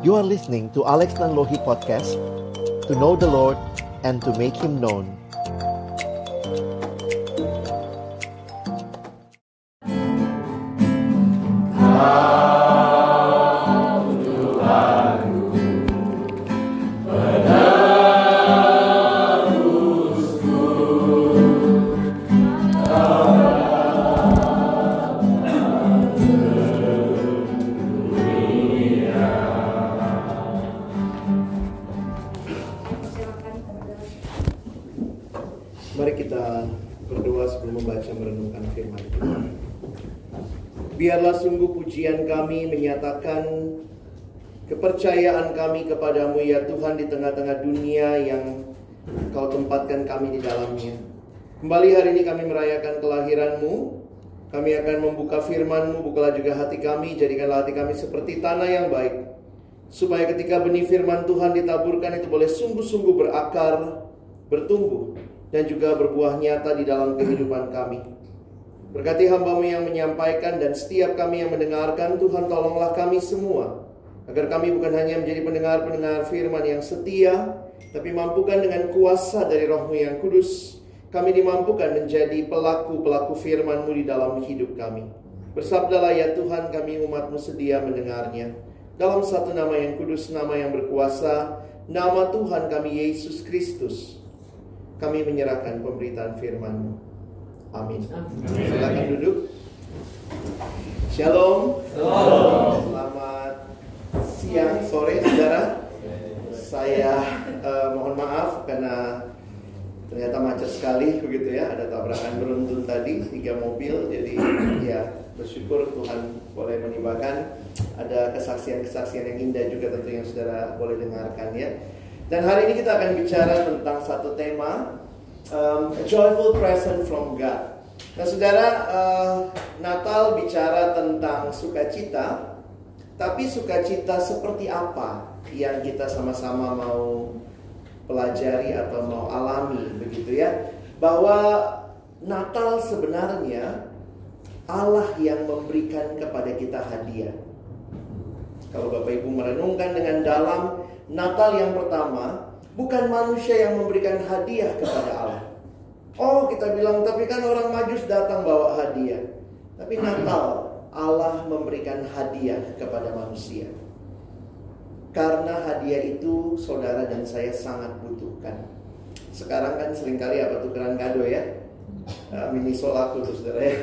You are listening to Alex Nanlohi Podcast, to know the Lord and to make Him known. Mari kita berdoa sebelum membaca merenungkan firman Tuhan. Biarlah sungguh pujian kami menyatakan kepercayaan kami kepadamu ya Tuhan di tengah-tengah dunia yang Kau tempatkan kami di dalamnya. Kembali hari ini kami merayakan kelahiran-Mu. Kami akan membuka firman-Mu, bukalah juga hati kami, jadikanlah hati kami seperti tanah yang baik, supaya ketika benih firman Tuhan ditaburkan itu boleh sungguh-sungguh berakar, bertumbuh, dan juga berbuah nyata di dalam kehidupan kami. Berkati hamba-Mu yang menyampaikan dan setiap kami yang mendengarkan. Tuhan, tolonglah kami semua, agar kami bukan hanya menjadi pendengar-pendengar firman yang setia, tapi mampukan dengan kuasa dari Roh-Mu yang kudus, kami dimampukan menjadi pelaku-pelaku firman-Mu di dalam hidup kami. Bersabdalah ya Tuhan, kami umat-Mu sedia mendengarnya. Dalam satu nama yang kudus, nama yang berkuasa, nama Tuhan kami Yesus Kristus, kami menyerahkan pemberitaan firman-Mu. Amin. Silakan duduk. Shalom. Selamat siang, sore, saudara. Saya mohon maaf karena ternyata macet sekali begitu ya. Ada tabrakan beruntun tadi, 3 mobil. Jadi ya bersyukur Tuhan boleh menibakan. Ada kesaksian-kesaksian yang indah juga tentu yang saudara boleh dengarkan ya. Dan hari ini kita akan bicara tentang satu tema, a joyful present from God. Nah saudara, Natal bicara tentang sukacita, tapi sukacita seperti apa yang kita sama-sama mau pelajari atau mau alami begitu ya. Bahwa Natal sebenarnya Allah yang memberikan kepada kita hadiah. Kalau Bapak Ibu merenungkan dengan dalam, Natal yang pertama bukan manusia yang memberikan hadiah kepada Allah. Oh, kita bilang, tapi kan orang Majus datang bawa hadiah. Tapi Natal, Allah memberikan hadiah kepada manusia. Karena hadiah itu saudara dan saya sangat butuhkan. Sekarang kan seringkali apa tukeran kado ya. Mini solaku tuh saudara ya.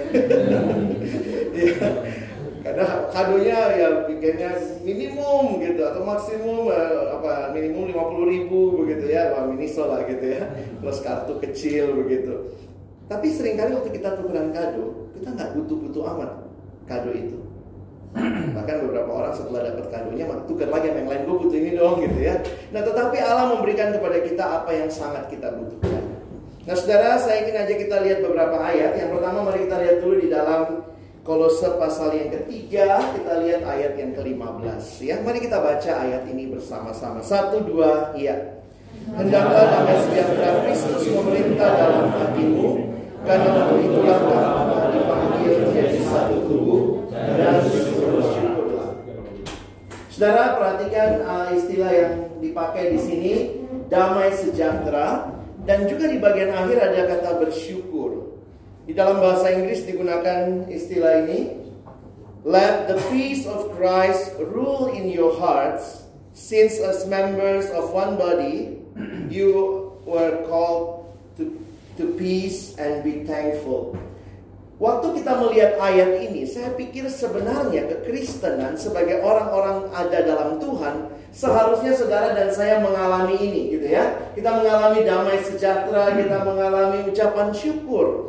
Karena kadonya ya bikinnya minimum gitu atau maksimum minimum 50.000 begitu ya, minisol lah gitu ya, plus kartu kecil begitu. Tapi seringkali waktu kita tukeran kado, kita nggak butuh-butuh amat kado itu. Bahkan beberapa orang setelah dapat kadonya tukar lagi sama yang lain, gue butuh ini dong gitu ya. Nah tetapi Allah memberikan kepada kita apa yang sangat kita butuhkan. Nah saudara, saya ingin aja kita lihat beberapa ayat. Yang pertama mari kita lihat dulu di dalam Kolose pasal yang ketiga, kita lihat ayat yang ke-15 ya. Mari kita baca ayat ini bersama-sama. 1, 2, ya. Hendaklah damai sejahtera Kristus memerintah dalam hatimu, karena untuk itulah kamu dipanggil menjadi satu tubuh dan bersyukur-syukurlah. Saudara, perhatikan istilah yang dipakai di sini, damai sejahtera, dan juga di bagian akhir ada kata bersyukur. Di dalam bahasa Inggris digunakan istilah ini, let the peace of Christ rule in your hearts, since as members of one body, you were called to peace and be thankful. Waktu kita melihat ayat ini, saya pikir sebenarnya kekristenan sebagai orang-orang ada dalam Tuhan, seharusnya saudara dan saya mengalami ini gitu ya. Kita mengalami damai sejahtera, kita mengalami ucapan syukur.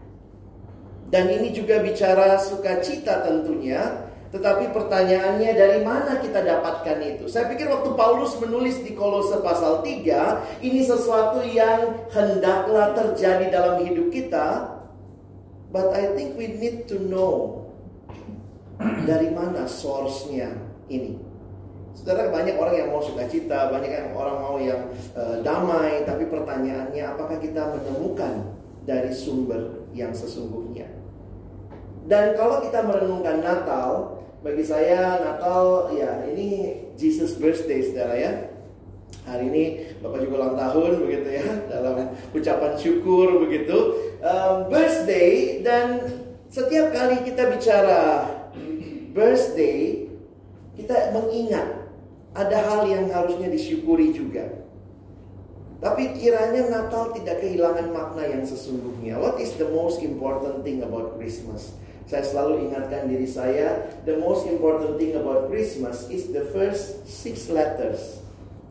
Dan ini juga bicara sukacita tentunya. Tetapi pertanyaannya, dari mana kita dapatkan itu? Saya pikir waktu Paulus menulis di Kolose pasal 3, ini sesuatu yang hendaklah terjadi dalam hidup kita. But I think we need to know dari mana source-nya ini. Saudara, banyak orang yang mau sukacita, banyak yang orang mau yang damai. Tapi pertanyaannya, apakah kita menemukan dari sumber yang sesungguhnya? Dan kalau kita merenungkan Natal, Bagi saya Natal ya ini Jesus birthday saudara ya. Hari ini Bapak juga ulang tahun begitu ya, dalam ucapan syukur begitu. Birthday, dan setiap kali kita bicara birthday, kita mengingat ada hal yang harusnya disyukuri juga. Tapi kiranya Natal tidak kehilangan makna yang sesungguhnya. What is the most important thing about Christmas? Saya selalu ingatkan diri saya, the most important thing about Christmas is the first 6 letters.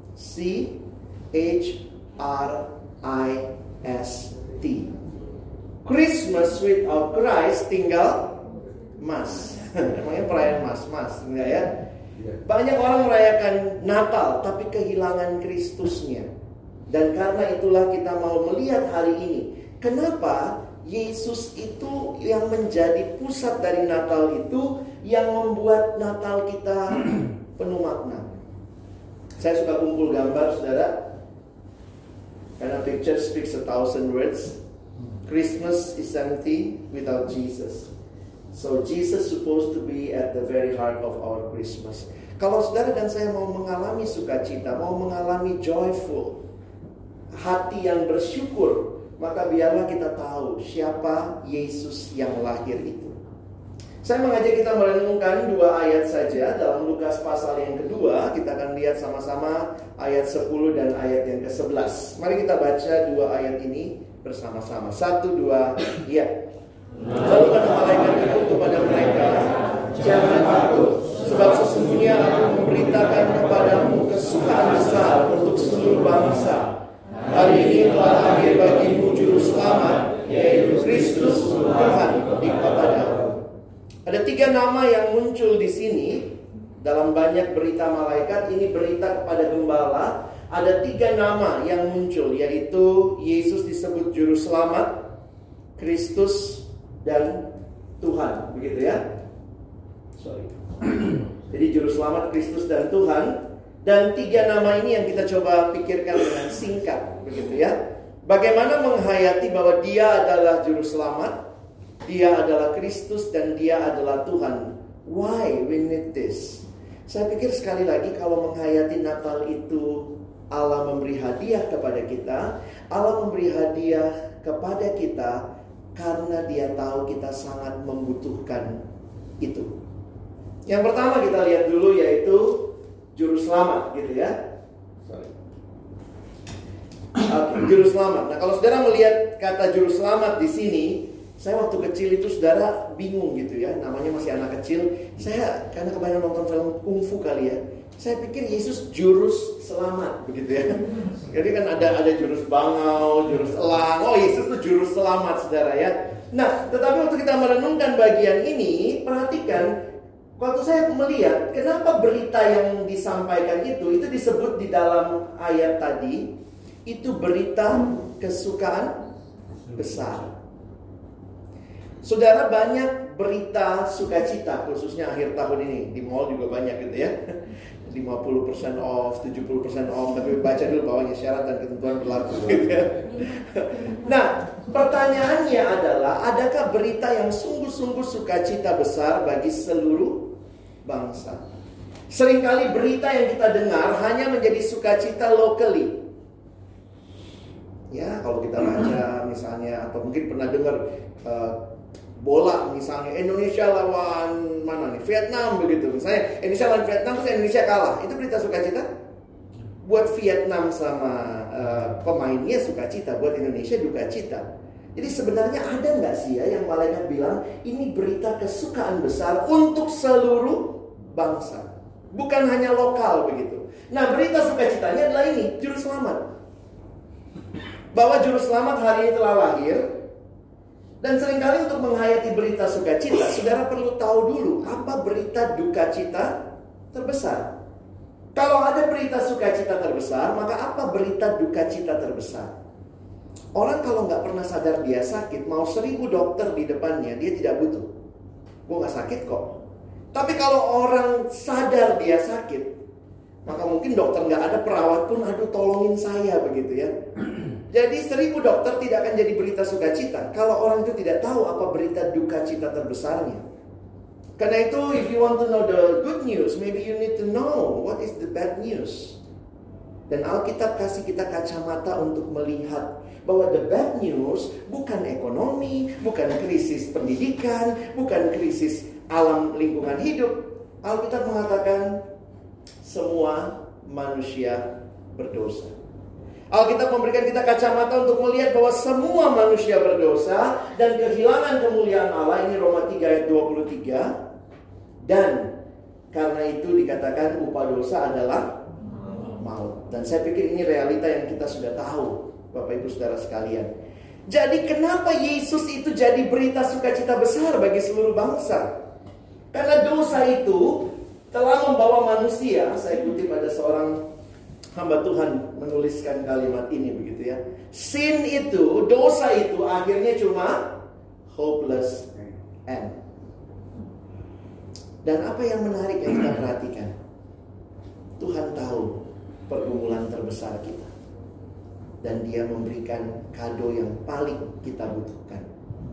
C-H-R-I-S-T. Christmas without Christ tinggal Mas. Namanya perayaan Mas, enggak ya? Banyak orang merayakan Natal tapi kehilangan Kristusnya. Dan karena itulah kita mau melihat hari ini, kenapa Yesus itu yang menjadi pusat dari Natal itu, yang membuat Natal kita penuh makna. Saya suka kumpul gambar, saudara, karena picture speaks 1,000 words. Christmas is empty without Jesus. So Jesus supposed to be at the very heart of our Christmas. Kalau saudara dan saya mau mengalami sukacita, mau mengalami joyful, hati yang bersyukur, maka biarlah kita tahu siapa Yesus yang lahir itu. Saya mengajak kita merenungkan 2 ayat saja dalam Lukas pasal yang kedua. Kita akan lihat sama-sama ayat 10 dan ayat yang ke-11. Mari kita baca 2 ayat ini bersama-sama. 1, 2, ya. Lalu kata malaikat itu kepada mereka, jangan takut, sebab sesungguhnya aku memberitakan kepadamu kesukaan besar untuk seluruh bangsa. Hari ini telah lahir bagimu juru selamat, yaitu Kristus Tuhan di kota Daud. Ada 3 nama yang muncul di sini dalam banyak berita malaikat. Ini berita kepada gembala. Ada 3 nama yang muncul, yaitu Yesus disebut juru selamat, Kristus, dan Tuhan, begitu ya. Jadi juru selamat, Kristus, dan Tuhan. Dan 3 nama ini yang kita coba pikirkan dengan singkat, begitu ya. Bagaimana menghayati bahwa Dia adalah juru selamat, Dia adalah Kristus, dan Dia adalah Tuhan. Why we need this? Saya pikir sekali lagi, kalau menghayati Natal itu Allah memberi hadiah kepada kita, Allah memberi hadiah kepada kita karena Dia tahu kita sangat membutuhkan itu. Yang pertama kita lihat dulu, yaitu juru selamat, gitu ya. Juru selamat. Nah, kalau saudara melihat kata juru selamat di sini, saya waktu kecil itu saudara bingung gitu ya, namanya masih anak kecil. Saya karena kebanyakan nonton film kungfu kali ya, saya pikir Yesus jurus selamat, begitu ya. Jadi kan ada jurus bangau, jurus elang. Oh, Yesus itu jurus selamat, saudara ya. Nah, tetapi waktu kita merenungkan bagian ini, perhatikan, waktu saya melihat kenapa berita yang disampaikan itu disebut di dalam ayat tadi, itu berita kesukaan besar. Saudara, banyak berita sukacita, khususnya akhir tahun ini. Di mall juga banyak gitu ya. 50% off, 70% off. Tapi baca dulu bawahnya, syarat dan ketentuan berlaku gitu ya. Nah, pertanyaannya adalah, adakah berita yang sungguh-sungguh sukacita besar bagi seluruh bangsa? Seringkali berita yang kita dengar hanya menjadi sukacita locally. Ya, kalau kita baca misalnya, atau mungkin pernah dengar bola misalnya, Indonesia lawan mana nih, Vietnam begitu. Misalnya Indonesia lawan Vietnam, terus Indonesia kalah. Itu berita sukacita? Buat Vietnam sama pemainnya sukacita, buat Indonesia duka cita. Jadi sebenarnya ada nggak sih ya yang malaikat bilang ini berita kesukaan besar untuk seluruh bangsa, bukan hanya lokal begitu. Nah, berita sukacitanya adalah ini, juru selamat. Bahwa juru selamat hari ini telah lahir. Dan seringkali untuk menghayati berita sukacita, saudara perlu tahu dulu apa berita duka cita terbesar. Kalau ada berita sukacita terbesar, maka apa berita duka cita terbesar? Orang kalau nggak pernah sadar dia sakit, mau 1000 dokter di depannya, dia tidak butuh. Gue nggak sakit kok. Tapi kalau orang sadar dia sakit, maka mungkin dokter nggak ada, perawat pun, aduh tolongin saya begitu ya. Jadi 1000 dokter tidak akan jadi berita sukacita kalau orang itu tidak tahu apa berita duka cita terbesarnya. Karena itu, if you want to know the good news, maybe you need to know what is the bad news. Dan Alkitab kasih kita kacamata untuk melihat bahwa the bad news bukan ekonomi, bukan krisis pendidikan, bukan krisis alam lingkungan hidup. Alkitab mengatakan semua manusia berdosa. Alkitab memberikan kita kacamata untuk melihat bahwa semua manusia berdosa dan kehilangan kemuliaan Allah. Ini Roma 3 ayat 23. Dan karena itu dikatakan upah dosa adalah maut. Dan saya pikir ini realita yang kita sudah tahu, Bapak Ibu Saudara sekalian. Jadi kenapa Yesus itu jadi berita sukacita besar bagi seluruh bangsa? Karena dosa itu telah membawa manusia. Saya kutip ada seorang hamba Tuhan menuliskan kalimat ini begitu ya. Sin itu, dosa itu akhirnya cuma hopeless end. Dan apa yang menarik yang kita perhatikan? Tuhan tahu pergumulan terbesar kita. Dan Dia memberikan kado yang paling kita butuhkan.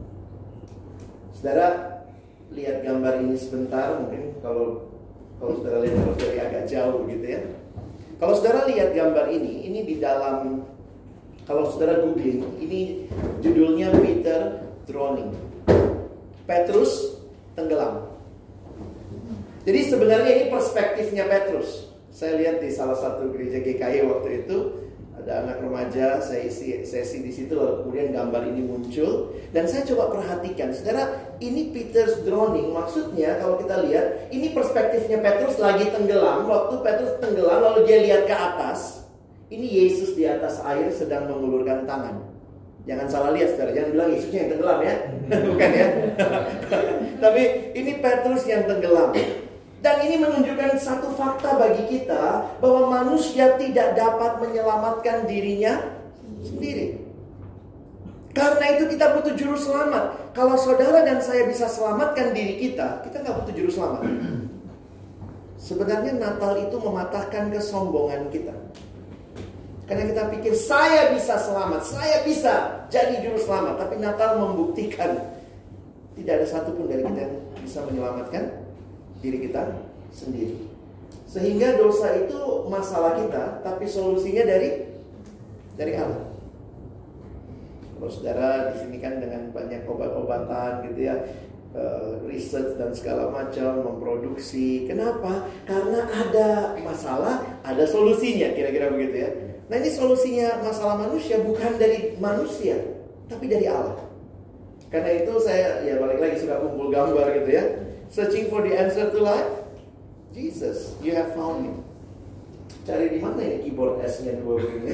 Saudara, lihat gambar ini sebentar. Mungkin kalau saudara lihat harus dari agak jauh begitu ya. Kalau saudara lihat gambar ini di dalam, kalau saudara googling, ini judulnya Peter Drowning. Petrus tenggelam. Jadi sebenarnya ini perspektifnya Petrus. Saya lihat di salah satu gereja GKI waktu itu ada anak remaja, saya isi sesi di situ, lalu kemudian gambar ini muncul dan saya coba perhatikan, saudara, ini Peter's drowning. Maksudnya kalau kita lihat, ini perspektifnya Petrus lagi tenggelam. Waktu Petrus tenggelam lalu dia lihat ke atas, ini Yesus di atas air sedang mengulurkan tangan. Jangan salah lihat, saudara, jangan bilang Yesusnya yang tenggelam ya. Bukan ya. Tapi ini Petrus yang tenggelam. Dan ini menunjukkan satu fakta bagi kita, bahwa manusia tidak dapat menyelamatkan dirinya sendiri. Karena itu kita butuh juru selamat. Kalau saudara dan saya bisa selamatkan diri kita nggak butuh juru selamat. Sebenarnya Natal itu mematahkan kesombongan kita. Karena kita pikir saya bisa selamat, saya bisa jadi juru selamat. Tapi Natal membuktikan tidak ada satupun dari kita yang bisa menyelamatkan diri kita sendiri. Sehingga dosa itu masalah kita, tapi solusinya dari Allah. Kalau saudara di sini kan dengan banyak obat-obatan gitu ya, research dan segala macam, memproduksi. Kenapa? Karena ada masalah, ada solusinya, kira-kira begitu ya. Nah, ini solusinya masalah manusia bukan dari manusia, tapi dari Allah. Karena itu saya ya balik lagi suka kumpul gambar gitu ya. Searching for the answer to life, Jesus, you have found him. Cari di mana ini keyboard S-nya 2 begini?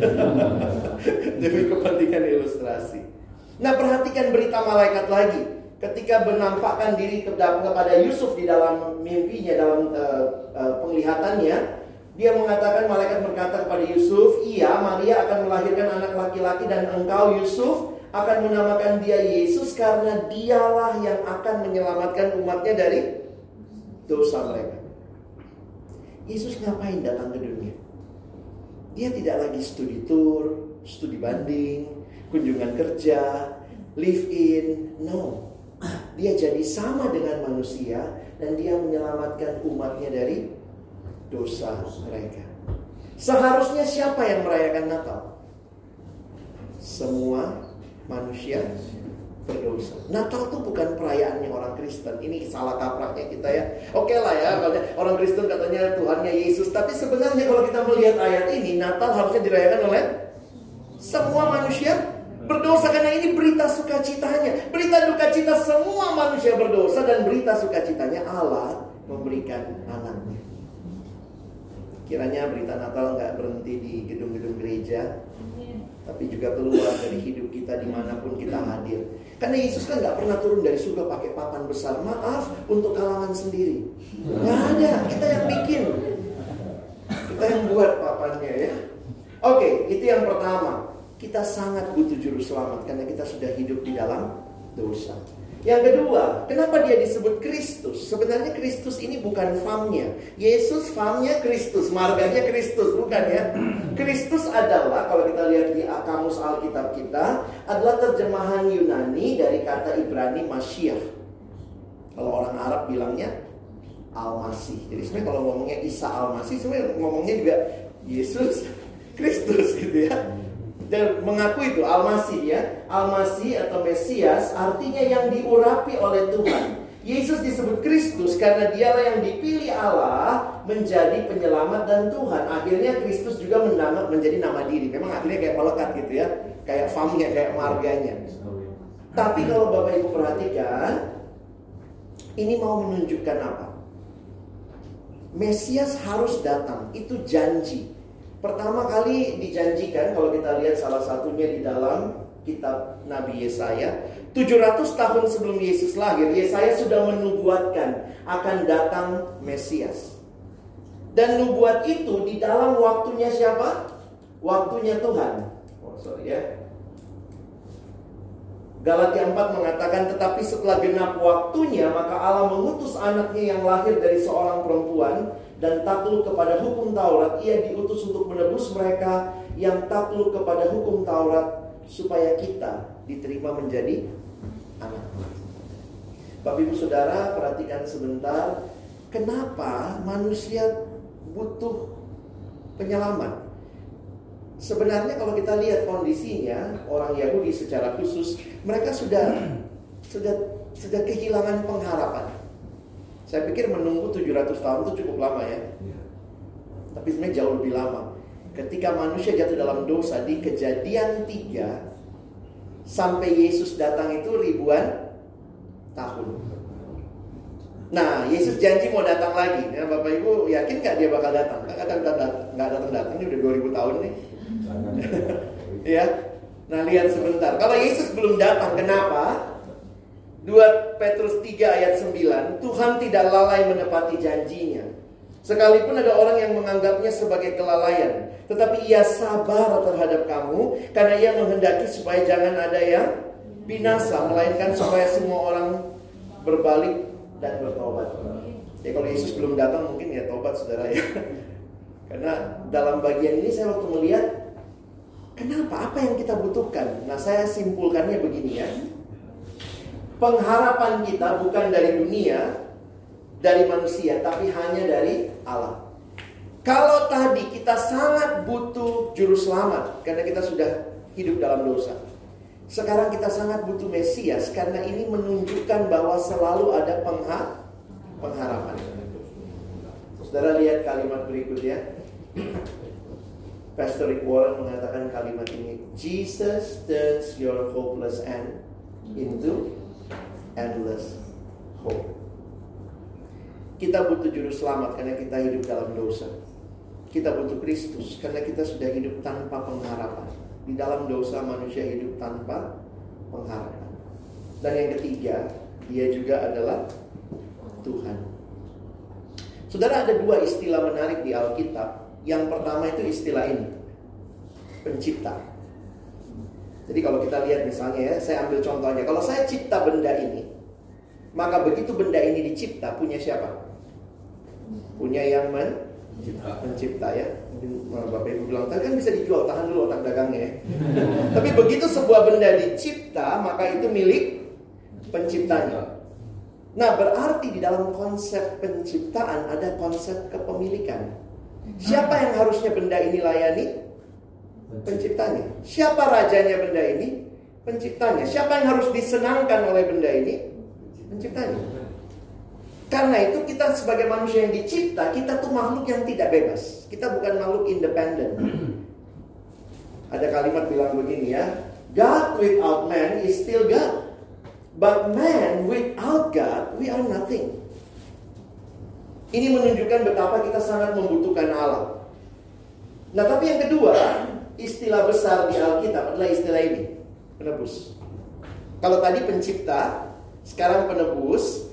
Demi kepentingan ilustrasi. Nah, perhatikan berita malaikat lagi. Ketika menampakkan diri kepada Yusuf di dalam mimpinya, dalam penglihatannya, dia mengatakan, malaikat berkata kepada Yusuf, iya, Maria akan melahirkan anak laki-laki dan engkau Yusuf akan menamakan dia Yesus karena dialah yang akan menyelamatkan umatnya dari dosa mereka. Yesus ngapain datang ke dunia? Dia tidak lagi studi tour, studi banding, kunjungan kerja, live in. No. Dia jadi sama dengan manusia dan dia menyelamatkan umatnya dari dosa mereka. Seharusnya siapa yang merayakan Natal? Semua manusia berdosa. Natal itu bukan perayaannya orang Kristen. Ini salah kapraknya kita ya. Oke lah ya, kalau orang Kristen katanya Tuhannya Yesus. Tapi sebenarnya kalau kita melihat ayat ini, Natal harusnya dirayakan oleh semua manusia berdosa. Karena ini berita sukacitanya. Berita duka cita semua manusia berdosa. Dan berita sukacitanya Allah memberikan anaknya. Kiranya berita Natal nggak berhenti di gedung-gedung gereja, tapi juga keluar dari hidup kita dimanapun kita hadir. Karena Yesus kan nggak pernah turun dari surga pakai papan besar. Maaf, untuk kalangan sendiri. Nggak ada, kita yang bikin. Kita yang buat papannya ya. Oke, itu yang pertama. Kita sangat butuh juru selamat karena kita sudah hidup di dalam dosa. Yang kedua, kenapa dia disebut Kristus? Sebenarnya Kristus ini bukan famnya. Yesus famnya Kristus, marganya Kristus, bukan ya. Kristus adalah, kalau kita lihat di kamus Alkitab kita, adalah terjemahan Yunani dari kata Ibrani Mashiach. Kalau orang Arab bilangnya Al-Masih. Jadi sebenarnya kalau ngomongnya Isa Al-Masih, sebenarnya ngomongnya juga Yesus Kristus gitu ya. Dan mengaku itu Al-Masih ya. Al-Masih atau Mesias artinya yang diurapi oleh Tuhan. Yesus disebut Kristus karena dialah yang dipilih Allah menjadi penyelamat dan Tuhan. Akhirnya Kristus juga menjadi nama diri. Memang akhirnya kayak melekat gitu ya. Kayak famnya, kayak marganya. Tapi kalau Bapak Ibu perhatikan, ini mau menunjukkan apa? Mesias harus datang. Itu janji. Pertama kali dijanjikan, kalau kita lihat salah satunya di dalam kitab Nabi Yesaya, 700 tahun sebelum Yesus lahir, Yesaya sudah menubuatkan akan datang Mesias. Dan nubuat itu di dalam waktunya siapa? Waktunya Tuhan. Galatia 4 mengatakan, tetapi setelah genap waktunya, maka Allah mengutus anaknya yang lahir dari seorang perempuan dan takluk kepada hukum Taurat. Ia diutus untuk menebus mereka yang takluk kepada hukum Taurat, supaya kita diterima menjadi anak. Bapak Ibu Saudara, perhatikan sebentar, kenapa manusia butuh penyelamat? Sebenarnya kalau kita lihat kondisinya, orang Yahudi secara khusus, mereka sudah kehilangan pengharapan. Saya pikir menunggu 700 tahun itu cukup lama ya. Tapi sebenarnya jauh lebih lama. Ketika manusia jatuh dalam dosa, di Kejadian 3 sampai Yesus datang itu ribuan tahun. Nah, Yesus janji mau datang lagi. Nah, Bapak Ibu yakin gak dia bakal datang? Gak datang-datang, ini udah 2000 tahun nih. Ya. Nah, lihat sebentar. Kalau Yesus belum datang, kenapa? 2 Petrus 3 ayat 9, Tuhan tidak lalai menepati janjinya. Sekalipun ada orang yang menganggapnya sebagai kelalaian, tetapi ia sabar terhadap kamu, karena ia menghendaki supaya jangan ada yang binasa, melainkan supaya semua orang berbalik dan bertobat. Ya, kalau Yesus belum datang mungkin ya tobat saudara ya. Karena dalam bagian ini saya waktu melihat, kenapa? Apa yang kita butuhkan? Nah, saya simpulkannya begini ya. Pengharapan kita bukan dari dunia, dari manusia, tapi hanya dari Allah. Kalau tadi kita sangat butuh juru selamat karena kita sudah hidup dalam dosa, sekarang kita sangat butuh Mesias karena ini menunjukkan bahwa selalu ada pengharapan. Saudara lihat kalimat berikutnya. Pastor Rick Warren mengatakan kalimat ini, Jesus turns your hopeless end into endless hope. Kita butuh juru selamat karena kita hidup dalam dosa. Kita butuh Kristus karena kita sudah hidup tanpa pengharapan. Di dalam dosa manusia hidup tanpa pengharapan. Dan yang ketiga, dia juga adalah Tuhan. Saudara, ada dua istilah menarik di Alkitab. Yang pertama itu istilah ini, pencipta. Jadi kalau kita lihat misalnya ya, saya ambil contohnya. Kalau saya cipta benda ini, maka begitu benda ini dicipta, punya siapa? Punya yang mencipta ya. Bapak Ibu bilang, kan bisa dijual, tahan dulu otak dagangnya ya. Tapi begitu sebuah benda dicipta, maka itu milik penciptanya. Nah, berarti di dalam konsep penciptaan ada konsep kepemilikan. Siapa yang harusnya benda ini layani? Penciptanya. Siapa rajanya benda ini? Penciptanya. Siapa yang harus disenangkan oleh benda ini? Penciptanya. Karena itu kita sebagai manusia yang dicipta, kita tuh makhluk yang tidak bebas. Kita bukan makhluk independen. Ada kalimat bilang begini ya, God without man is still God, but man without God, we are nothing. Ini menunjukkan betapa kita sangat membutuhkan Allah. Nah, tapi yang kedua, istilah besar di Alkitab adalah istilah ini, penebus. Kalau tadi pencipta, sekarang penebus.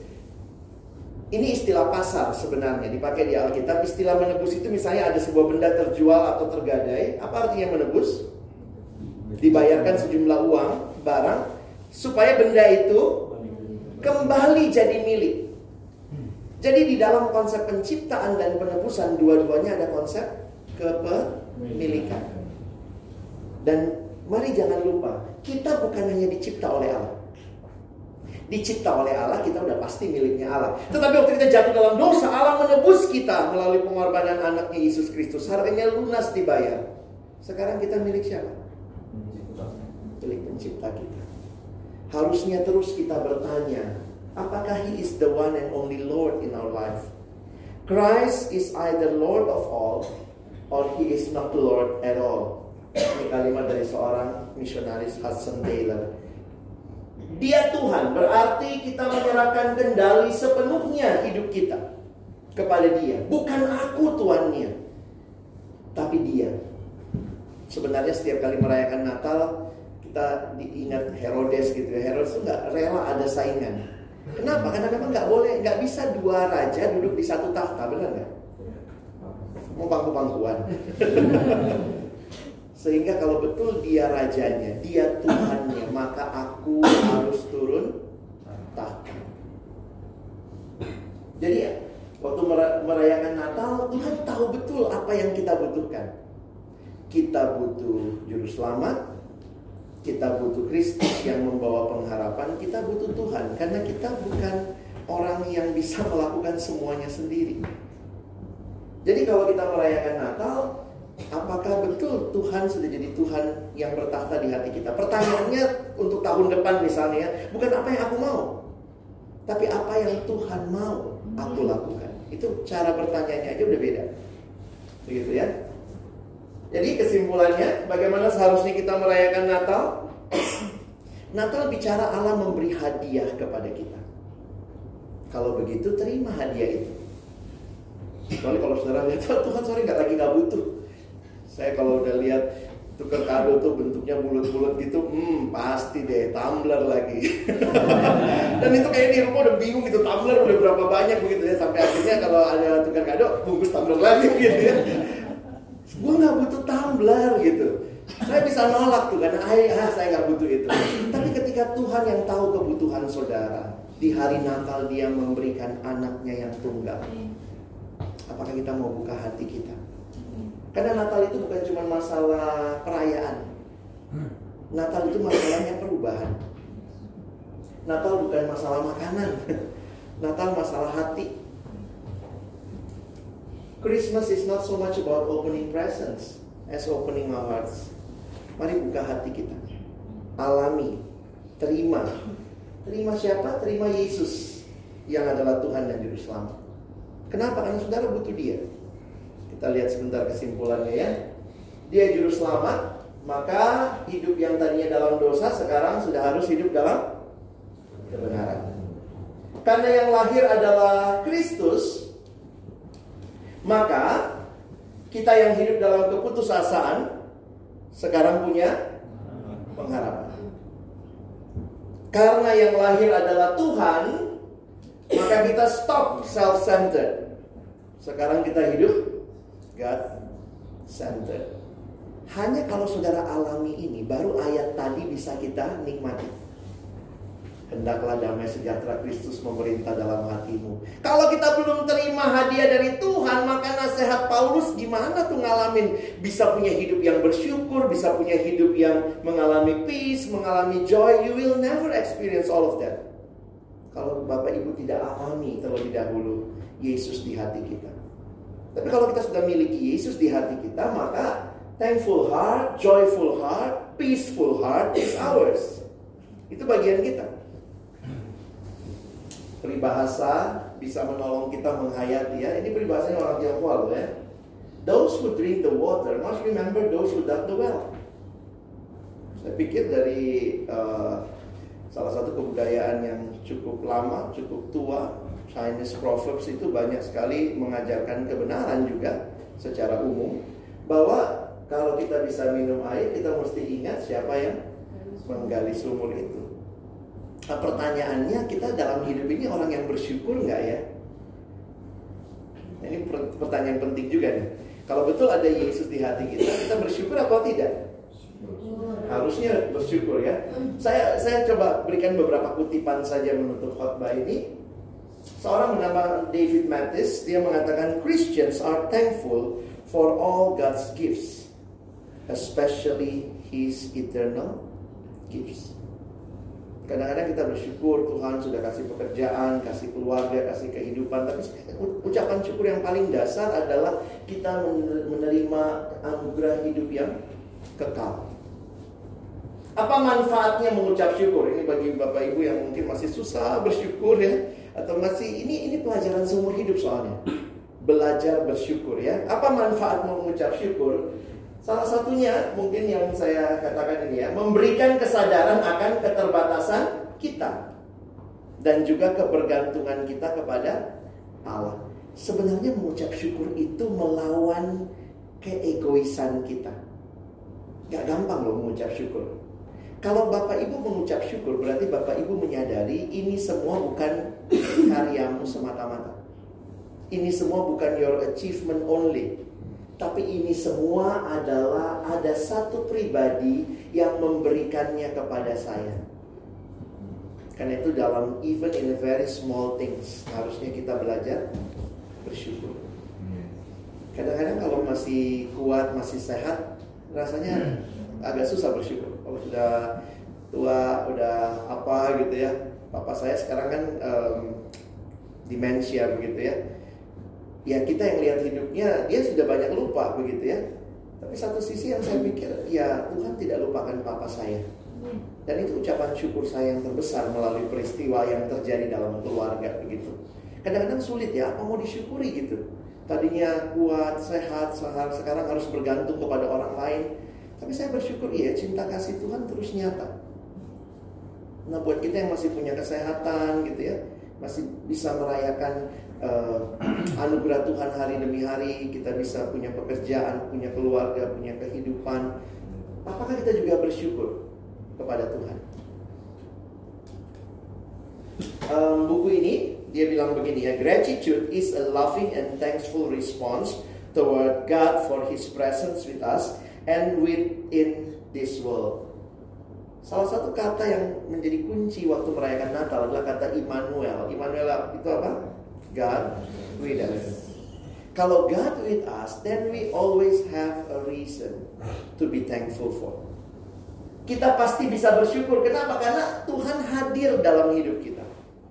Ini istilah pasar sebenarnya dipakai di Alkitab. Istilah menebus itu misalnya ada sebuah benda terjual atau tergadai. Apa artinya menebus? Dibayarkan sejumlah uang, barang, supaya benda itu kembali jadi milik. Jadi di dalam konsep penciptaan dan penebusan, dua-duanya ada konsep kepemilikan. Dan mari jangan lupa, kita bukan hanya dicipta oleh Allah. Dicipta oleh Allah, kita udah pasti miliknya Allah. Tetapi waktu kita jatuh dalam dosa, Allah menebus kita melalui pengorbanan anaknya Yesus Kristus. Harganya lunas dibayar. Sekarang kita milik siapa? Milik pencipta kita. Harusnya terus kita bertanya, apakah He is the one and only Lord in our life? Christ is either Lord of all, or He is not Lord at all. Ini kalimat dari seorang misionaris, Hudson Taylor. Dia Tuhan, berarti kita menyerahkan kendali sepenuhnya hidup kita kepada Dia. Bukan aku tuannya, tapi Dia. Sebenarnya setiap kali merayakan Natal, kita diingat Herodes gitu ya. Herodes itu gak rela ada saingan. Kenapa? Karena memang gak bisa dua raja duduk di satu tahta, benar gak? Mau pangku-pangkuan. Sehingga kalau betul dia rajanya, dia Tuhannya, maka aku harus turun tahta. Jadi waktu merayakan Natal, Tuhan tahu betul apa yang kita butuhkan. Kita butuh juru selamat, kita butuh Kristus yang membawa pengharapan, kita butuh Tuhan. Karena kita bukan orang yang bisa melakukan semuanya sendiri. Jadi kalau kita merayakan Natal, apakah betul Tuhan sudah jadi Tuhan yang bertakhta di hati kita? Pertanyaannya untuk tahun depan misalnya, bukan apa yang aku mau, tapi apa yang Tuhan mau aku lakukan. Itu cara bertanyanya aja udah beda. Begitu ya. Jadi kesimpulannya, bagaimana seharusnya kita merayakan Natal? Natal bicara Allah memberi hadiah kepada kita. Kalau begitu terima hadiah itu. Kecuali kalau saudara lihat, Tuhan sorry gak butuh. Saya kalau udah lihat tukar kado tuh bentuknya bulat-bulat gitu, pasti deh tumbler lagi. Dan itu kayak di rumah udah bingung gitu, tumbler udah berapa banyak begitu ya. Sampai akhirnya kalau ada tukar kado, bungkus tumbler lagi gitu ya. Gue gak butuh tumbler gitu. Saya bisa nolak tuh karena saya gak butuh itu. Tapi ketika Tuhan yang tahu kebutuhan saudara, di hari Natal Dia memberikan anaknya yang tunggal, apakah kita mau buka hati kita? Karena Natal itu bukan cuma masalah perayaan. Natal itu masalahnya perubahan. Natal bukan masalah makanan. Natal masalah hati. Christmas is not so much about opening presents as opening our hearts. Mari buka hati kita. Alami. Terima. Terima siapa? Terima Yesus yang adalah Tuhan dan Juru Selamat. Kenapa? Karena saudara butuh Dia. Kita lihat sebentar kesimpulannya ya. Dia Juru Selamat, maka hidup yang tadinya dalam dosa sekarang sudah harus hidup dalam kebenaran. Karena yang lahir adalah Kristus, maka kita yang hidup dalam keputusasaan sekarang punya pengharapan. Karena yang lahir adalah Tuhan, maka kita stop self-centered. Sekarang kita hidup God-centered. Hanya kalau saudara alami ini, baru ayat tadi bisa kita nikmati. Hendaklah damai sejahtera Kristus memerintah dalam hatimu. Kalau kita belum terima hadiah dari Tuhan, maka nasihat Paulus gimana tuh ngalamin bisa punya hidup yang bersyukur, bisa punya hidup yang mengalami peace, mengalami joy. You will never experience all of that kalau Bapak Ibu tidak alami terlebih dahulu Yesus di hati kita. Tapi kalau kita sudah miliki Yesus di hati kita, maka thankful heart, joyful heart, peaceful heart is ours. Itu bagian kita. Peribahasa bisa menolong kita menghayati ya. Ini peribahasanya orang Tionghoa loh ya. Those who drink the water must remember those who dug the well. Saya pikir dari salah satu kebudayaan yang cukup lama, cukup tua, Chinese proverbs itu banyak sekali mengajarkan kebenaran juga secara umum, bahwa kalau kita bisa minum air, kita mesti ingat siapa yang menggali sumur itu. Nah, pertanyaannya, kita dalam hidup ini orang yang bersyukur nggak ya? Ini pertanyaan penting juga nih. Kalau betul ada Yesus di hati kita bersyukur atau tidak? Harusnya bersyukur ya. Saya coba berikan beberapa kutipan saja menutup khotbah ini. Seorang bernama David Mathis, dia mengatakan Christians are thankful for all God's gifts, especially His eternal gifts. Kadang-kadang kita bersyukur Tuhan sudah kasih pekerjaan, kasih keluarga, kasih kehidupan. Tapi ucapan syukur yang paling dasar adalah kita menerima anugerah hidup yang kekal. Apa manfaatnya mengucap syukur? Ini bagi Bapak Ibu yang mungkin masih susah bersyukur ya, atau masih ini pelajaran seumur hidup soalnya. Belajar bersyukur ya. Apa manfaat mengucap syukur? Salah satunya mungkin yang saya katakan ini ya, memberikan kesadaran akan keterbatasan kita dan juga kebergantungan kita kepada Allah. Sebenarnya mengucap syukur itu melawan keegoisan kita. Gak gampang loh mengucap syukur. Kalau Bapak Ibu mengucap syukur, berarti Bapak Ibu menyadari ini semua bukan karyamu semata-mata. Ini semua bukan your achievement only. Tapi ini semua adalah ada satu pribadi yang memberikannya kepada saya. Karena itu dalam even in a very small things harusnya kita belajar bersyukur. Kadang-kadang kalau masih kuat, masih sehat, rasanya agak susah bersyukur. Kalau sudah tua, udah apa gitu ya. Papa saya sekarang kan demensia begitu ya. Ya kita yang lihat hidupnya, dia sudah banyak lupa begitu ya. Tapi satu sisi yang saya pikir, ya Tuhan tidak lupakan papa saya. Dan itu ucapan syukur saya yang terbesar melalui peristiwa yang terjadi dalam keluarga begitu. Kadang-kadang sulit ya, apa mau disyukuri gitu. Tadinya kuat, sehat, sekarang harus bergantung kepada orang lain. Tapi saya bersyukur ya, cinta kasih Tuhan terus nyata. Nah buat kita yang masih punya kesehatan gitu ya, masih bisa merayakan anugerah Tuhan hari demi hari, kita bisa punya pekerjaan, punya keluarga, punya kehidupan. Apakah kita juga bersyukur kepada Tuhan? Buku ini dia bilang begini ya, gratitude is a loving and thankful response toward God for His presence with us and within this world. Salah satu kata yang menjadi kunci waktu merayakan Natal adalah kata Immanuel. Immanuel itu apa? God with us. Kalau God with us, then we always have a reason to be thankful for. Kita pasti bisa bersyukur. Kenapa? Karena Tuhan hadir dalam hidup kita.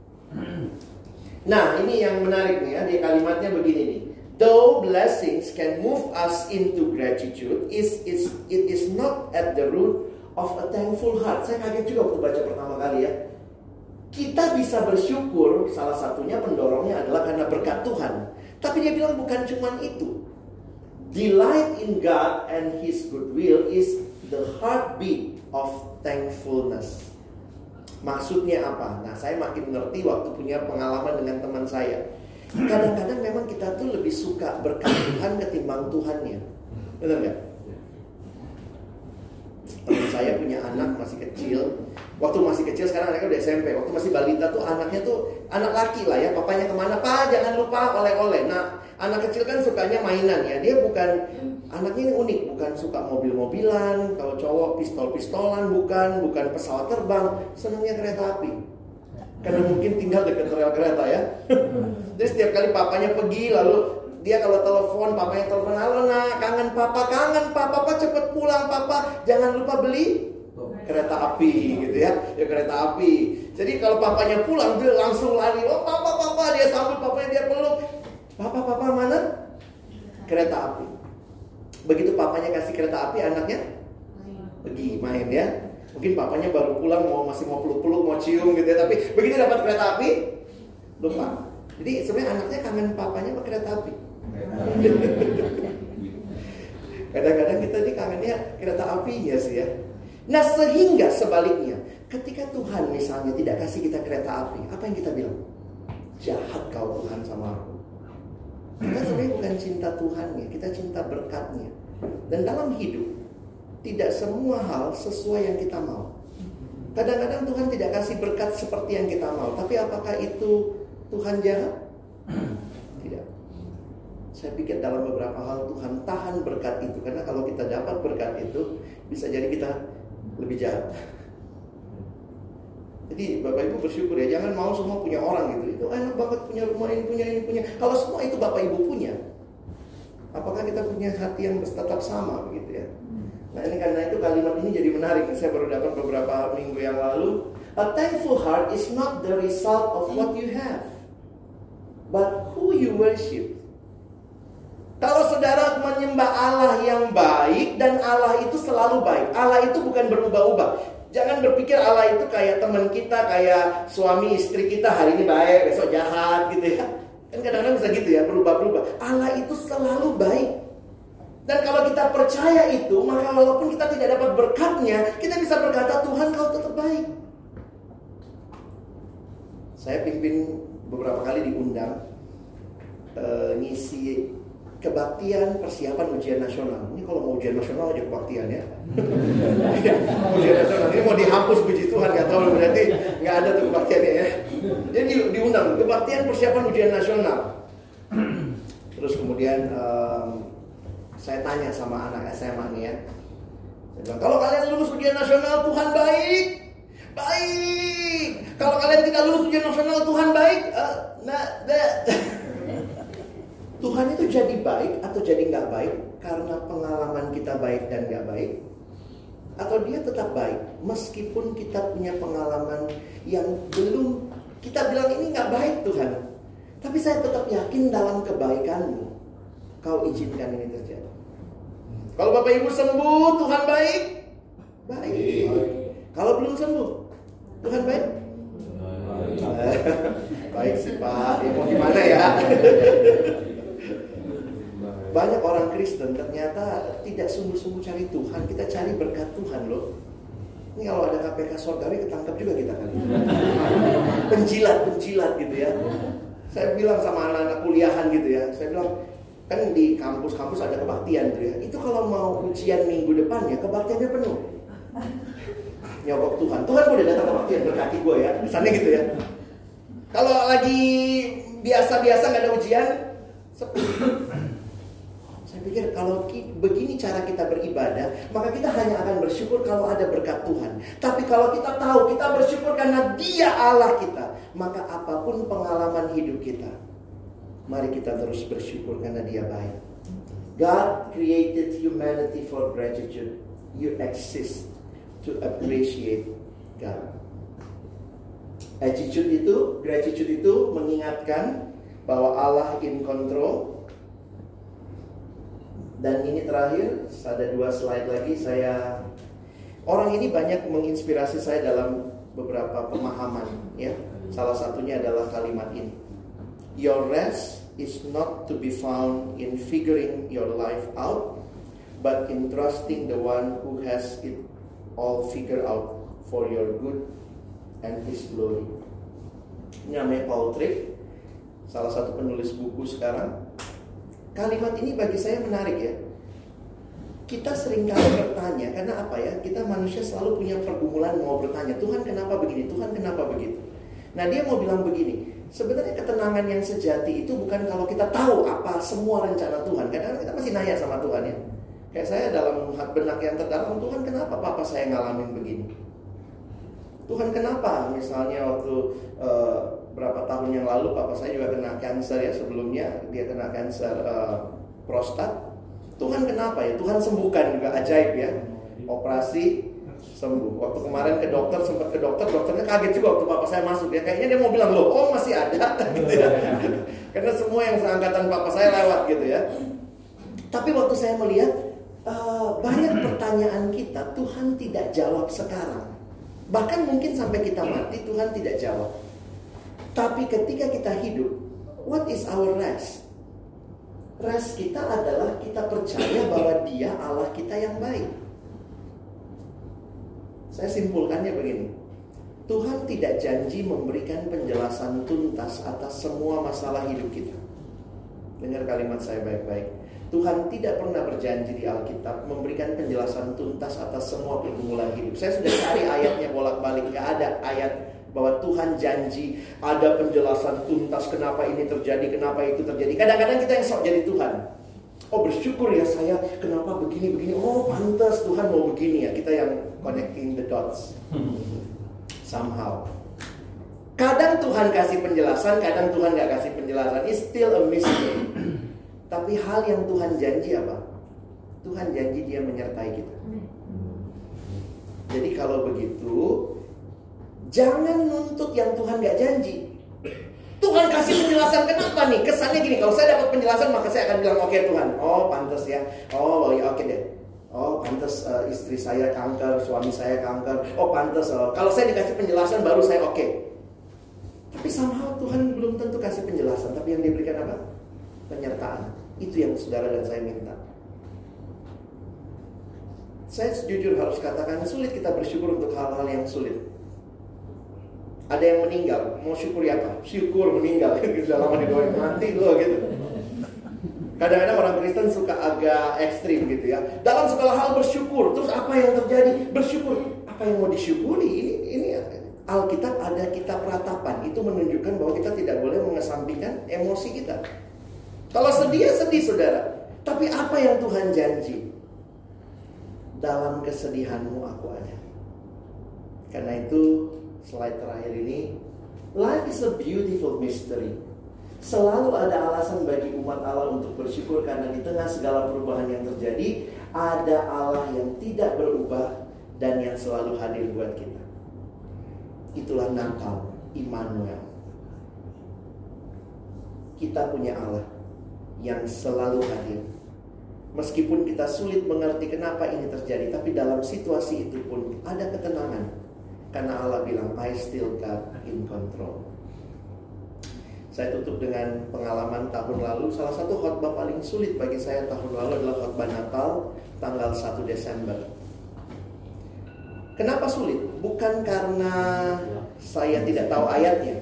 Nah, ini yang menarik nih ya. Di kalimatnya begini nih. Though blessings can move us into gratitude, it is not at the root of a thankful heart. Saya kaget juga waktu baca pertama kali ya. Kita bisa bersyukur, salah satunya pendorongnya adalah karena berkat Tuhan. Tapi dia bilang bukan cuma itu. Delight in God and His goodwill is the heartbeat of thankfulness. Maksudnya apa? Nah, saya makin ngerti waktu punya pengalaman dengan teman saya. Kadang-kadang memang kita tuh lebih suka berkat Tuhan ketimbang Tuhannya. Benar nggak? Teman saya punya anak masih kecil. Waktu masih kecil, sekarang anaknya udah SMP. Waktu masih balita tuh anaknya tuh anak laki lah ya. Papanya kemana? Pak jangan lupa oleh-oleh. Nah anak kecil kan sukanya mainan ya. Dia bukan, anaknya ini unik. Bukan suka mobil-mobilan. Kalau cowok pistol-pistolan. Bukan pesawat terbang. Senangnya kereta api. Karena mungkin tinggal dekat rel kereta ya. Jadi setiap kali papanya pergi, lalu dia kalau telepon, papanya telepon, halo nak, kangen papa cepet pulang papa, jangan lupa beli kereta api gitu ya, kereta api. Jadi kalau papanya pulang dia langsung lari, oh papa, dia sambut papanya, dia peluk, papa mana? Kereta api. Begitu papanya kasih kereta api, anaknya pergi main ya. Mungkin papanya baru pulang masih mau peluk-peluk, mau cium gitu ya, tapi begitu dapat kereta api, lupa. Jadi sebenarnya anaknya kangen papanya pakai kereta api. Kadang-kadang kita ini kangennya kereta apinya sih ya. Nah sehingga sebaliknya, ketika Tuhan misalnya tidak kasih kita kereta api, apa yang kita bilang? Jahat kau Tuhan sama aku. Kita sebenarnya bukan cinta Tuhannya, kita cinta berkatnya. Dan dalam hidup, tidak semua hal sesuai yang kita mau. Kadang-kadang Tuhan tidak kasih berkat seperti yang kita mau. Tapi apakah itu Tuhan jahat? Tidak. Saya pikir dalam beberapa hal Tuhan tahan berkat itu. Karena kalau kita dapat berkat itu, bisa jadi kita lebih jahat. Jadi Bapak Ibu bersyukur ya. Jangan mau semua punya orang gitu. Itu enak banget punya rumah ini, punya. Kalau semua itu Bapak Ibu punya, apakah kita punya hati yang tetap sama begitu ya? Nah ini karena itu kalimat ini jadi menarik. Saya baru dapat beberapa minggu yang lalu. A thankful heart is not the result of what you have, but who you worship. Kalau saudara menyembah Allah yang baik, dan Allah itu selalu baik. Allah itu bukan berubah-ubah. Jangan berpikir Allah itu kayak teman kita, kayak suami istri kita, hari ini baik, besok jahat gitu ya. Kan kadang-kadang bisa gitu ya, berubah-ubah. Allah itu selalu baik. Dan kalau kita percaya itu, maka walaupun kita tidak dapat berkatnya, kita bisa berkata, Tuhan kau tetap baik. Saya pimpin beberapa kali diundang ngisi kebaktian persiapan ujian nasional. Ini kalau mau ujian nasional aja kebaktian ya. Ujian nasional ini mau dihapus, puji Tuhan, nggak tahu berarti nggak ada tuh kebaktiannya ya. Jadi diundang kebaktian persiapan ujian nasional. Terus kemudian saya tanya sama anak SMA nih ya. Saya bilang, kalau kalian lulus ujian nasional Tuhan baik, baik. Kalau kalian tidak lulus ujian nasional Tuhan baik, Tuhan itu jadi baik atau jadi nggak baik karena pengalaman kita baik dan nggak baik, atau dia tetap baik meskipun kita punya pengalaman yang belum kita bilang ini nggak baik Tuhan, tapi saya tetap yakin dalam kebaikanmu kau izinkan ini terjadi. Kalau Bapak Ibu sembuh Tuhan baik, baik. Kalau belum sembuh Tuhan baik, baik sih Pak, ya mau gimana ya. Banyak orang Kristen ternyata tidak sungguh-sungguh cari Tuhan. Kita cari berkat Tuhan loh. Ini kalau ada KPK surgawi ketangkap juga kita kali. Penjilat gitu ya. Saya bilang sama anak-anak kuliahan gitu ya. Saya bilang, kan di kampus-kampus ada kebaktian tuh ya. Itu kalau mau ujian minggu depannya, kebaktiannya penuh. Nyogok Tuhan. Tuhan udah datang kebaktian berkati gue ya. Misalnya gitu ya. Kalau lagi biasa-biasa gak ada ujian, sepi. Saya pikir kalau begini cara kita beribadah, maka kita hanya akan bersyukur kalau ada berkat Tuhan. Tapi kalau kita tahu kita bersyukur karena Dia Allah kita, maka apapun pengalaman hidup kita, mari kita terus bersyukur karena Dia baik. God created humanity for gratitude. You exist to appreciate God. Gratitude itu mengingatkan bahwa Allah in control. Dan ini terakhir, ada 2 slide lagi. Orang ini banyak menginspirasi saya dalam beberapa pemahaman ya. Salah satunya adalah kalimat ini. Your rest is not to be found in figuring your life out, but in trusting the one who has it all figured out for your good and His glory. Ini namanya Paul Tripp, salah satu penulis buku sekarang. Kalimat ini bagi saya menarik ya. Kita seringkali bertanya, karena apa ya? Kita manusia selalu punya pergumulan mau bertanya, Tuhan kenapa begini? Tuhan kenapa begitu? Nah dia mau bilang begini, sebenarnya ketenangan yang sejati itu bukan kalau kita tahu apa semua rencana Tuhan. Kadang-kadang kita masih nanya sama Tuhan ya. Kayak saya dalam benak yang terdalam, Tuhan kenapa papa saya ngalamin begini? Tuhan kenapa? Misalnya waktu berapa tahun yang lalu papa saya juga kena kanker ya, sebelumnya dia kena kanker prostat. Tuhan kenapa ya? Tuhan sembuhkan juga, ajaib ya. Operasi sembuh. Waktu kemarin sempat ke dokter, dokternya kaget juga waktu papa saya masuk ya. Kayaknya dia mau bilang, loh, oh masih ada gitu ya. Karena semua yang seangkatan papa saya lewat gitu ya. Tapi waktu saya melihat banyak pertanyaan kita Tuhan tidak jawab sekarang. Bahkan mungkin sampai kita mati Tuhan tidak jawab. Tapi ketika kita hidup, what is our rest? Rest kita adalah kita percaya bahwa Dia Allah kita yang baik. Saya simpulkannya begini. Tuhan tidak janji memberikan penjelasan tuntas atas semua masalah hidup kita. Dengar kalimat saya baik-baik. Tuhan tidak pernah berjanji di Alkitab memberikan penjelasan tuntas atas semua pergumulan hidup. Saya sudah cari ayatnya bolak-balik, gak ada ayat bahwa Tuhan janji ada penjelasan tuntas kenapa ini terjadi, kenapa itu terjadi. Kadang-kadang kita yang sok jadi Tuhan. Oh bersyukur ya saya, kenapa begini-begini. Oh pantas Tuhan mau begini ya. Kita yang connecting the dots somehow. Kadang Tuhan kasih penjelasan, kadang Tuhan gak kasih penjelasan. It's still a mystery. Tapi hal yang Tuhan janji apa? Tuhan janji Dia menyertai kita. Jadi kalau begitu, Jangan nuntut yang Tuhan gak janji. Tuhan kasih penjelasan kenapa nih? Kesannya gini, kalau saya dapat penjelasan maka saya akan bilang oke Tuhan. Oh pantas ya. Oh ya oke deh. Oh pantas istri saya kanker, suami saya kanker. Oh pantas. Kalau saya dikasih penjelasan baru saya oke. Tapi somehow Tuhan belum tentu kasih penjelasan. Tapi yang diberikan apa? Penyertaan. Itu yang saudara dan saya minta. Saya jujur harus katakan sulit kita bersyukur untuk hal-hal yang sulit. Ada yang meninggal, mau syukuri apa? Syukur meninggal, sudah lama didoain, mati loh gitu. Kadang-kadang orang Kristen suka agak ekstrim gitu ya. Dalam segala hal bersyukur, terus apa yang terjadi? Bersyukur. Apa yang mau disyukuri? Ini Alkitab ada kitab ratapan. Itu menunjukkan bahwa kita tidak boleh mengesampingkan emosi kita. Kalau sedih, sedih saudara. Tapi apa yang Tuhan janji? Dalam kesedihanmu aku ada. Karena itu slide terakhir ini, life is a beautiful mystery. Selalu ada alasan bagi umat Allah untuk bersyukur karena di tengah segala perubahan yang terjadi, ada Allah yang tidak berubah dan yang selalu hadir buat kita. Itulah Natal, Immanuel. Kita punya Allah yang selalu hadir. Meskipun kita sulit mengerti kenapa ini terjadi, tapi dalam situasi itu pun ada ketenangan. Karena Allah bilang, I still God in control. Saya tutup dengan pengalaman tahun lalu. Salah satu khotbah paling sulit bagi saya tahun lalu adalah khotbah Natal tanggal 1 Desember. Kenapa sulit? Bukan karena saya tidak tahu ayatnya.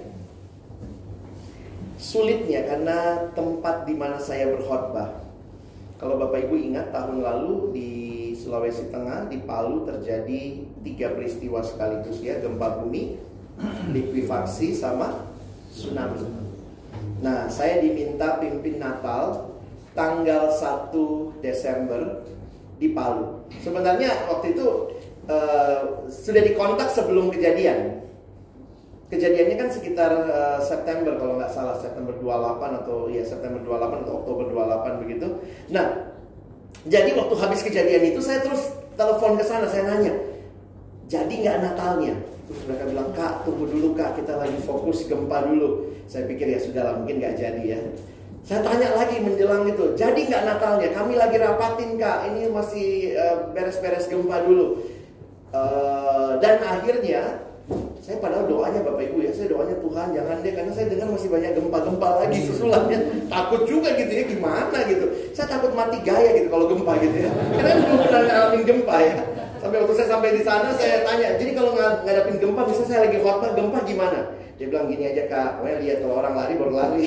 Sulitnya karena tempat di mana saya berkhotbah. Kalau Bapak Ibu ingat tahun lalu di Sulawesi Tengah, di Palu terjadi 3 peristiwa sekaligus ya, gempa bumi, likuifaksi sama tsunami. Nah, saya diminta pimpin Natal tanggal 1 Desember di Palu. Sebenarnya waktu itu sudah dikontak sebelum kejadian. Kejadiannya kan sekitar September kalau nggak salah, September 28 atau ya September 28 atau Oktober 28 begitu. Nah, jadi waktu habis kejadian itu saya terus telepon ke sana, saya nanya, jadi nggak Natalnya? Terus mereka bilang, Kak tunggu dulu Kak, kita lagi fokus gempa dulu. Saya pikir ya sudahlah mungkin nggak jadi ya. Saya tanya lagi menjelang itu, jadi nggak Natalnya? Kami lagi rapatin Kak, ini masih beres-beres gempa dulu. Dan akhirnya saya padahal doanya Bapak Ibu ya, saya doanya Tuhan jangan deh, karena saya dengar masih banyak gempa-gempa lagi susulannya. Takut juga gitu ya, gimana gitu. Saya takut mati gaya gitu kalau gempa gitu ya. Karena belum pernah ngalamin gempa ya. Sampai waktu saya sampai di sana saya tanya, jadi kalau ngadapin gempa, misalnya saya lagi khotbah gempa gimana? Dia bilang gini aja Kak, lihat kalau orang lari baru lari.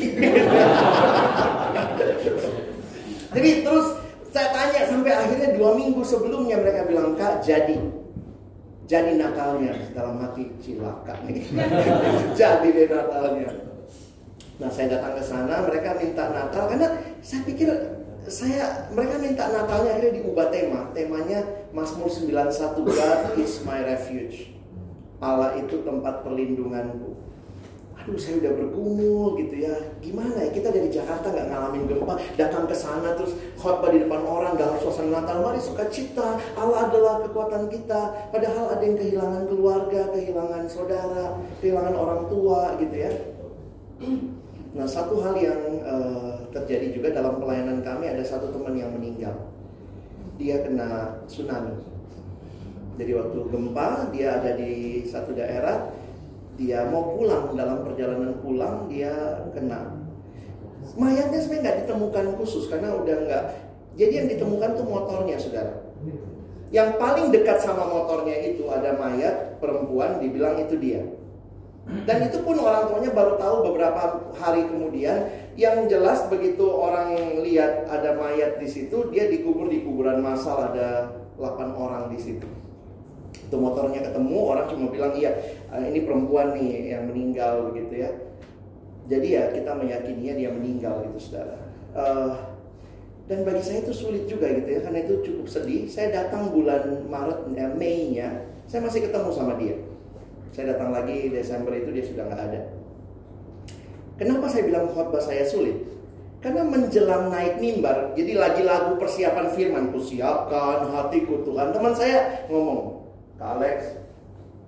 Jadi terus saya tanya sampai akhirnya 2 minggu sebelumnya mereka bilang Kak jadi Natalnya. Dalam hati cilaka nih. Jadi deh Natalnya. Nah saya datang ke sana, mereka minta Natal karena saya pikir mereka minta Natalnya, akhirnya diubah temanya Mazmur 91, God is my refuge. Allah itu tempat perlindunganku. Aduh saya udah bergumul gitu ya. Gimana ya, kita dari Jakarta gak ngalamin gempa, datang ke sana terus khotbah di depan orang dalam suasana Natal. Mari sukacita, Allah adalah kekuatan kita. Padahal ada yang kehilangan keluarga, kehilangan saudara, kehilangan orang tua gitu ya. Nah satu hal yang terjadi juga dalam pelayanan kami, ada satu teman yang meninggal. Dia kena tsunami. Jadi waktu gempa dia ada di satu daerah, dia mau pulang, dalam perjalanan pulang dia kena. Mayatnya sebenarnya nggak ditemukan khusus karena udah nggak. Jadi yang ditemukan tuh motornya saudara. Yang paling dekat sama motornya itu ada mayat perempuan, dibilang itu dia. Dan itu pun orang tuanya baru tahu beberapa hari kemudian. Yang jelas begitu orang lihat ada mayat di situ, dia dikubur di kuburan massal, ada 8 orang di situ. Itu motornya ketemu, orang cuma bilang iya ini perempuan nih yang meninggal begitu ya. Jadi ya kita meyakininya dia meninggal gitu saudara. Dan bagi saya itu sulit juga gitu ya, karena itu cukup sedih. Saya datang bulan Maret, Mei-nya, saya masih ketemu sama dia. Saya datang lagi Desember itu dia sudah nggak ada. Kenapa saya bilang khotbah saya sulit? Karena menjelang naik mimbar, jadi lagi lagu persiapan firman, kusiapkan hatiku Tuhan. Teman saya ngomong, Kak Alex,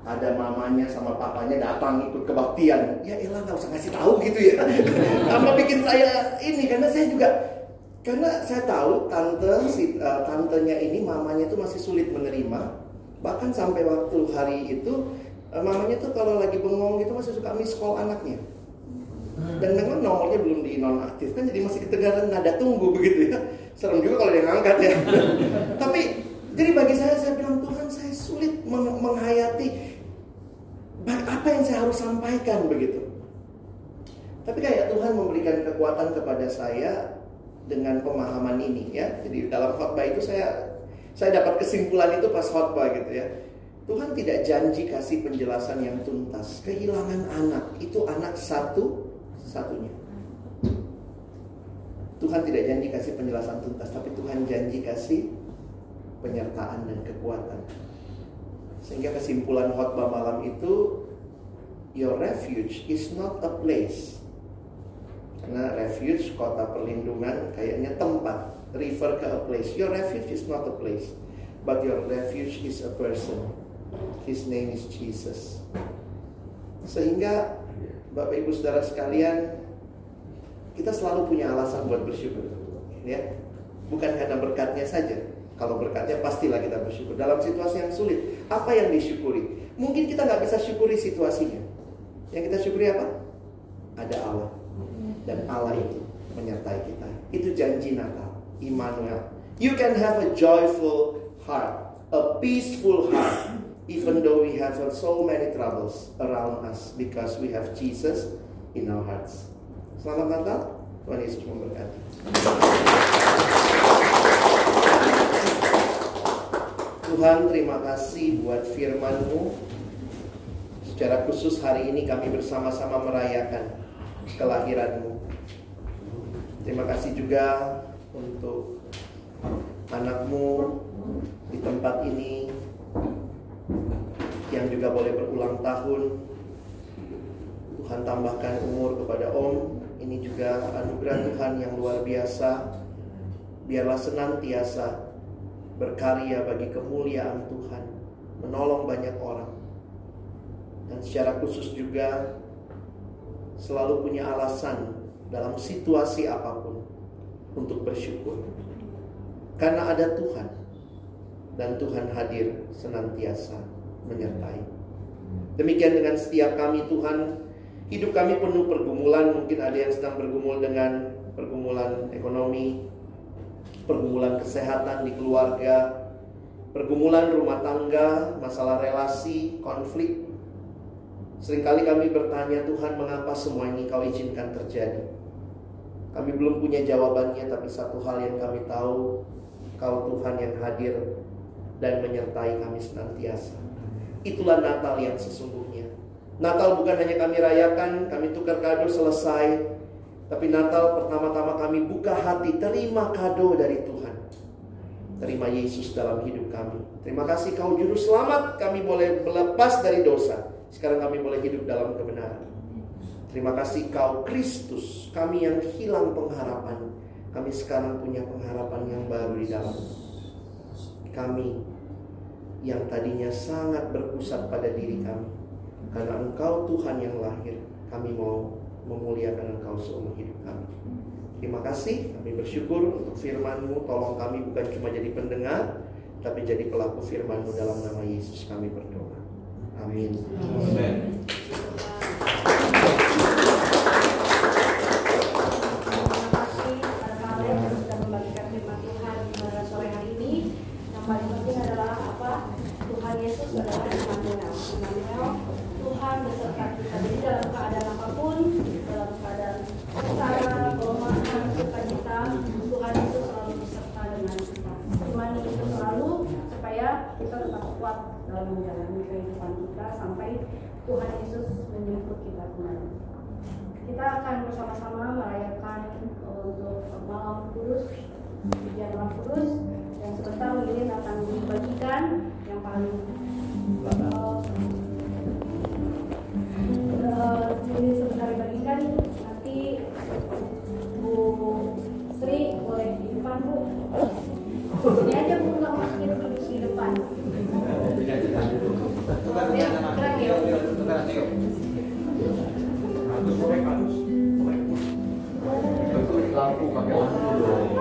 ada mamanya sama papanya datang ikut kebaktian. Ya elah, nggak usah ngasih tahu gitu ya. Tambah bikin saya ini, karena saya tahu tantenya ini, mamanya tuh masih sulit menerima. Bahkan sampai waktu hari itu mamanya tuh kalau lagi bengong gitu masih suka miss call anaknya. Dan memang nomornya belum di nonaktif kan, jadi masih kedengaran nada tunggu begitu ya. Serem juga kalau dia ngangkat ya. Tapi jadi bagi saya bilang, Tuhan, saya sulit menghayati apa yang saya harus sampaikan begitu. Tapi kayak Tuhan memberikan kekuatan kepada saya dengan pemahaman ini ya. Jadi dalam khotbah itu saya dapat kesimpulan itu pas khotbah gitu ya. Tuhan tidak janji kasih penjelasan yang tuntas. Kehilangan anak itu anak satu-satunya. Tuhan tidak janji kasih penjelasan tuntas, tapi Tuhan janji kasih penyertaan dan kekuatan. Sehingga kesimpulan khotbah malam itu, your refuge is not a place. Karena refuge, kota perlindungan, kayaknya tempat, refer ke a place. Your refuge is not a place, but your refuge is a person. His name is Jesus. Sehingga Bapak Ibu Saudara sekalian, kita selalu punya alasan buat bersyukur, ya. Bukan karena berkatnya saja. Kalau berkatnya pastilah kita bersyukur. Dalam situasi yang sulit, apa yang disyukuri? Mungkin kita nggak bisa syukuri situasinya. Yang kita syukuri apa? Ada Allah. Dan Allah itu menyertai kita. Itu janji Natal, Immanuel. You can have a joyful heart, a peaceful heart, even though we have so many troubles around us, because we have Jesus in our hearts. Selamat Natal, Tuhan Yesus memberkati. Tuhan, terima kasih buat firman-Mu. Secara khusus hari ini kami bersama-sama merayakan kelahiran-Mu. Terima kasih juga untuk anak-Mu di tempat ini yang juga boleh berulang tahun. Tuhan tambahkan umur kepada Om. Ini juga anugerah Tuhan yang luar biasa. Biarlah senantiasa berkarya bagi kemuliaan Tuhan, menolong banyak orang. Dan secara khusus juga selalu punya alasan dalam situasi apapun untuk bersyukur. Karena ada Tuhan, dan Tuhan hadir senantiasa menyertai. Demikian dengan setiap kami Tuhan. Hidup kami penuh pergumulan. Mungkin ada yang sedang bergumul dengan pergumulan ekonomi, pergumulan kesehatan di keluarga, pergumulan rumah tangga, masalah relasi, konflik. Seringkali kami bertanya, Tuhan, mengapa semua ini Kau izinkan terjadi? Kami belum punya jawabannya, tapi satu hal yang kami tahu, Kau Tuhan yang hadir dan menyertai kami senantiasa. Itulah Natal yang sesungguhnya. Natal bukan hanya kami rayakan, kami tukar kado selesai, tapi Natal pertama-tama kami buka hati, terima kado dari Tuhan. Terima Yesus dalam hidup kami. Terima kasih Kau Juru Selamat, kami boleh lepas dari dosa. Sekarang kami boleh hidup dalam kebenaran. Terima kasih Kau Kristus, kami yang hilang pengharapan, kami sekarang punya pengharapan yang baru di dalam. Kami yang tadinya sangat berpusat pada diri kami, karena Engkau Tuhan yang lahir, kami mau memuliakan Engkau seumur hidup kami. Terima kasih, kami bersyukur untuk firman-Mu. Tolong kami bukan cuma jadi pendengar, tapi jadi pelaku firman-Mu. Dalam nama Yesus kami berdoa. Amin. Amin. Tuhan beserta kita. Jadi dalam keadaan apapun, dalam keadaan sengsara, kelemahan, sukacita, Tuhan itu selalu beserta dengan kita. Imani itu selalu supaya kita tetap kuat dalam menjalani kehidupan kita sampai Tuhan Yesus menjemput kita kembali. Kita akan bersama-sama merayakan untuk malam kudus, pujian malam kudus, yang sebentar lilin akan dibagikan yang paling ini sebentar dibagikan. Nanti Bu Sri boleh di depan, Bu. Sini aja Bu, nggak usah duduk di depan. Ya, pakai lampu dong.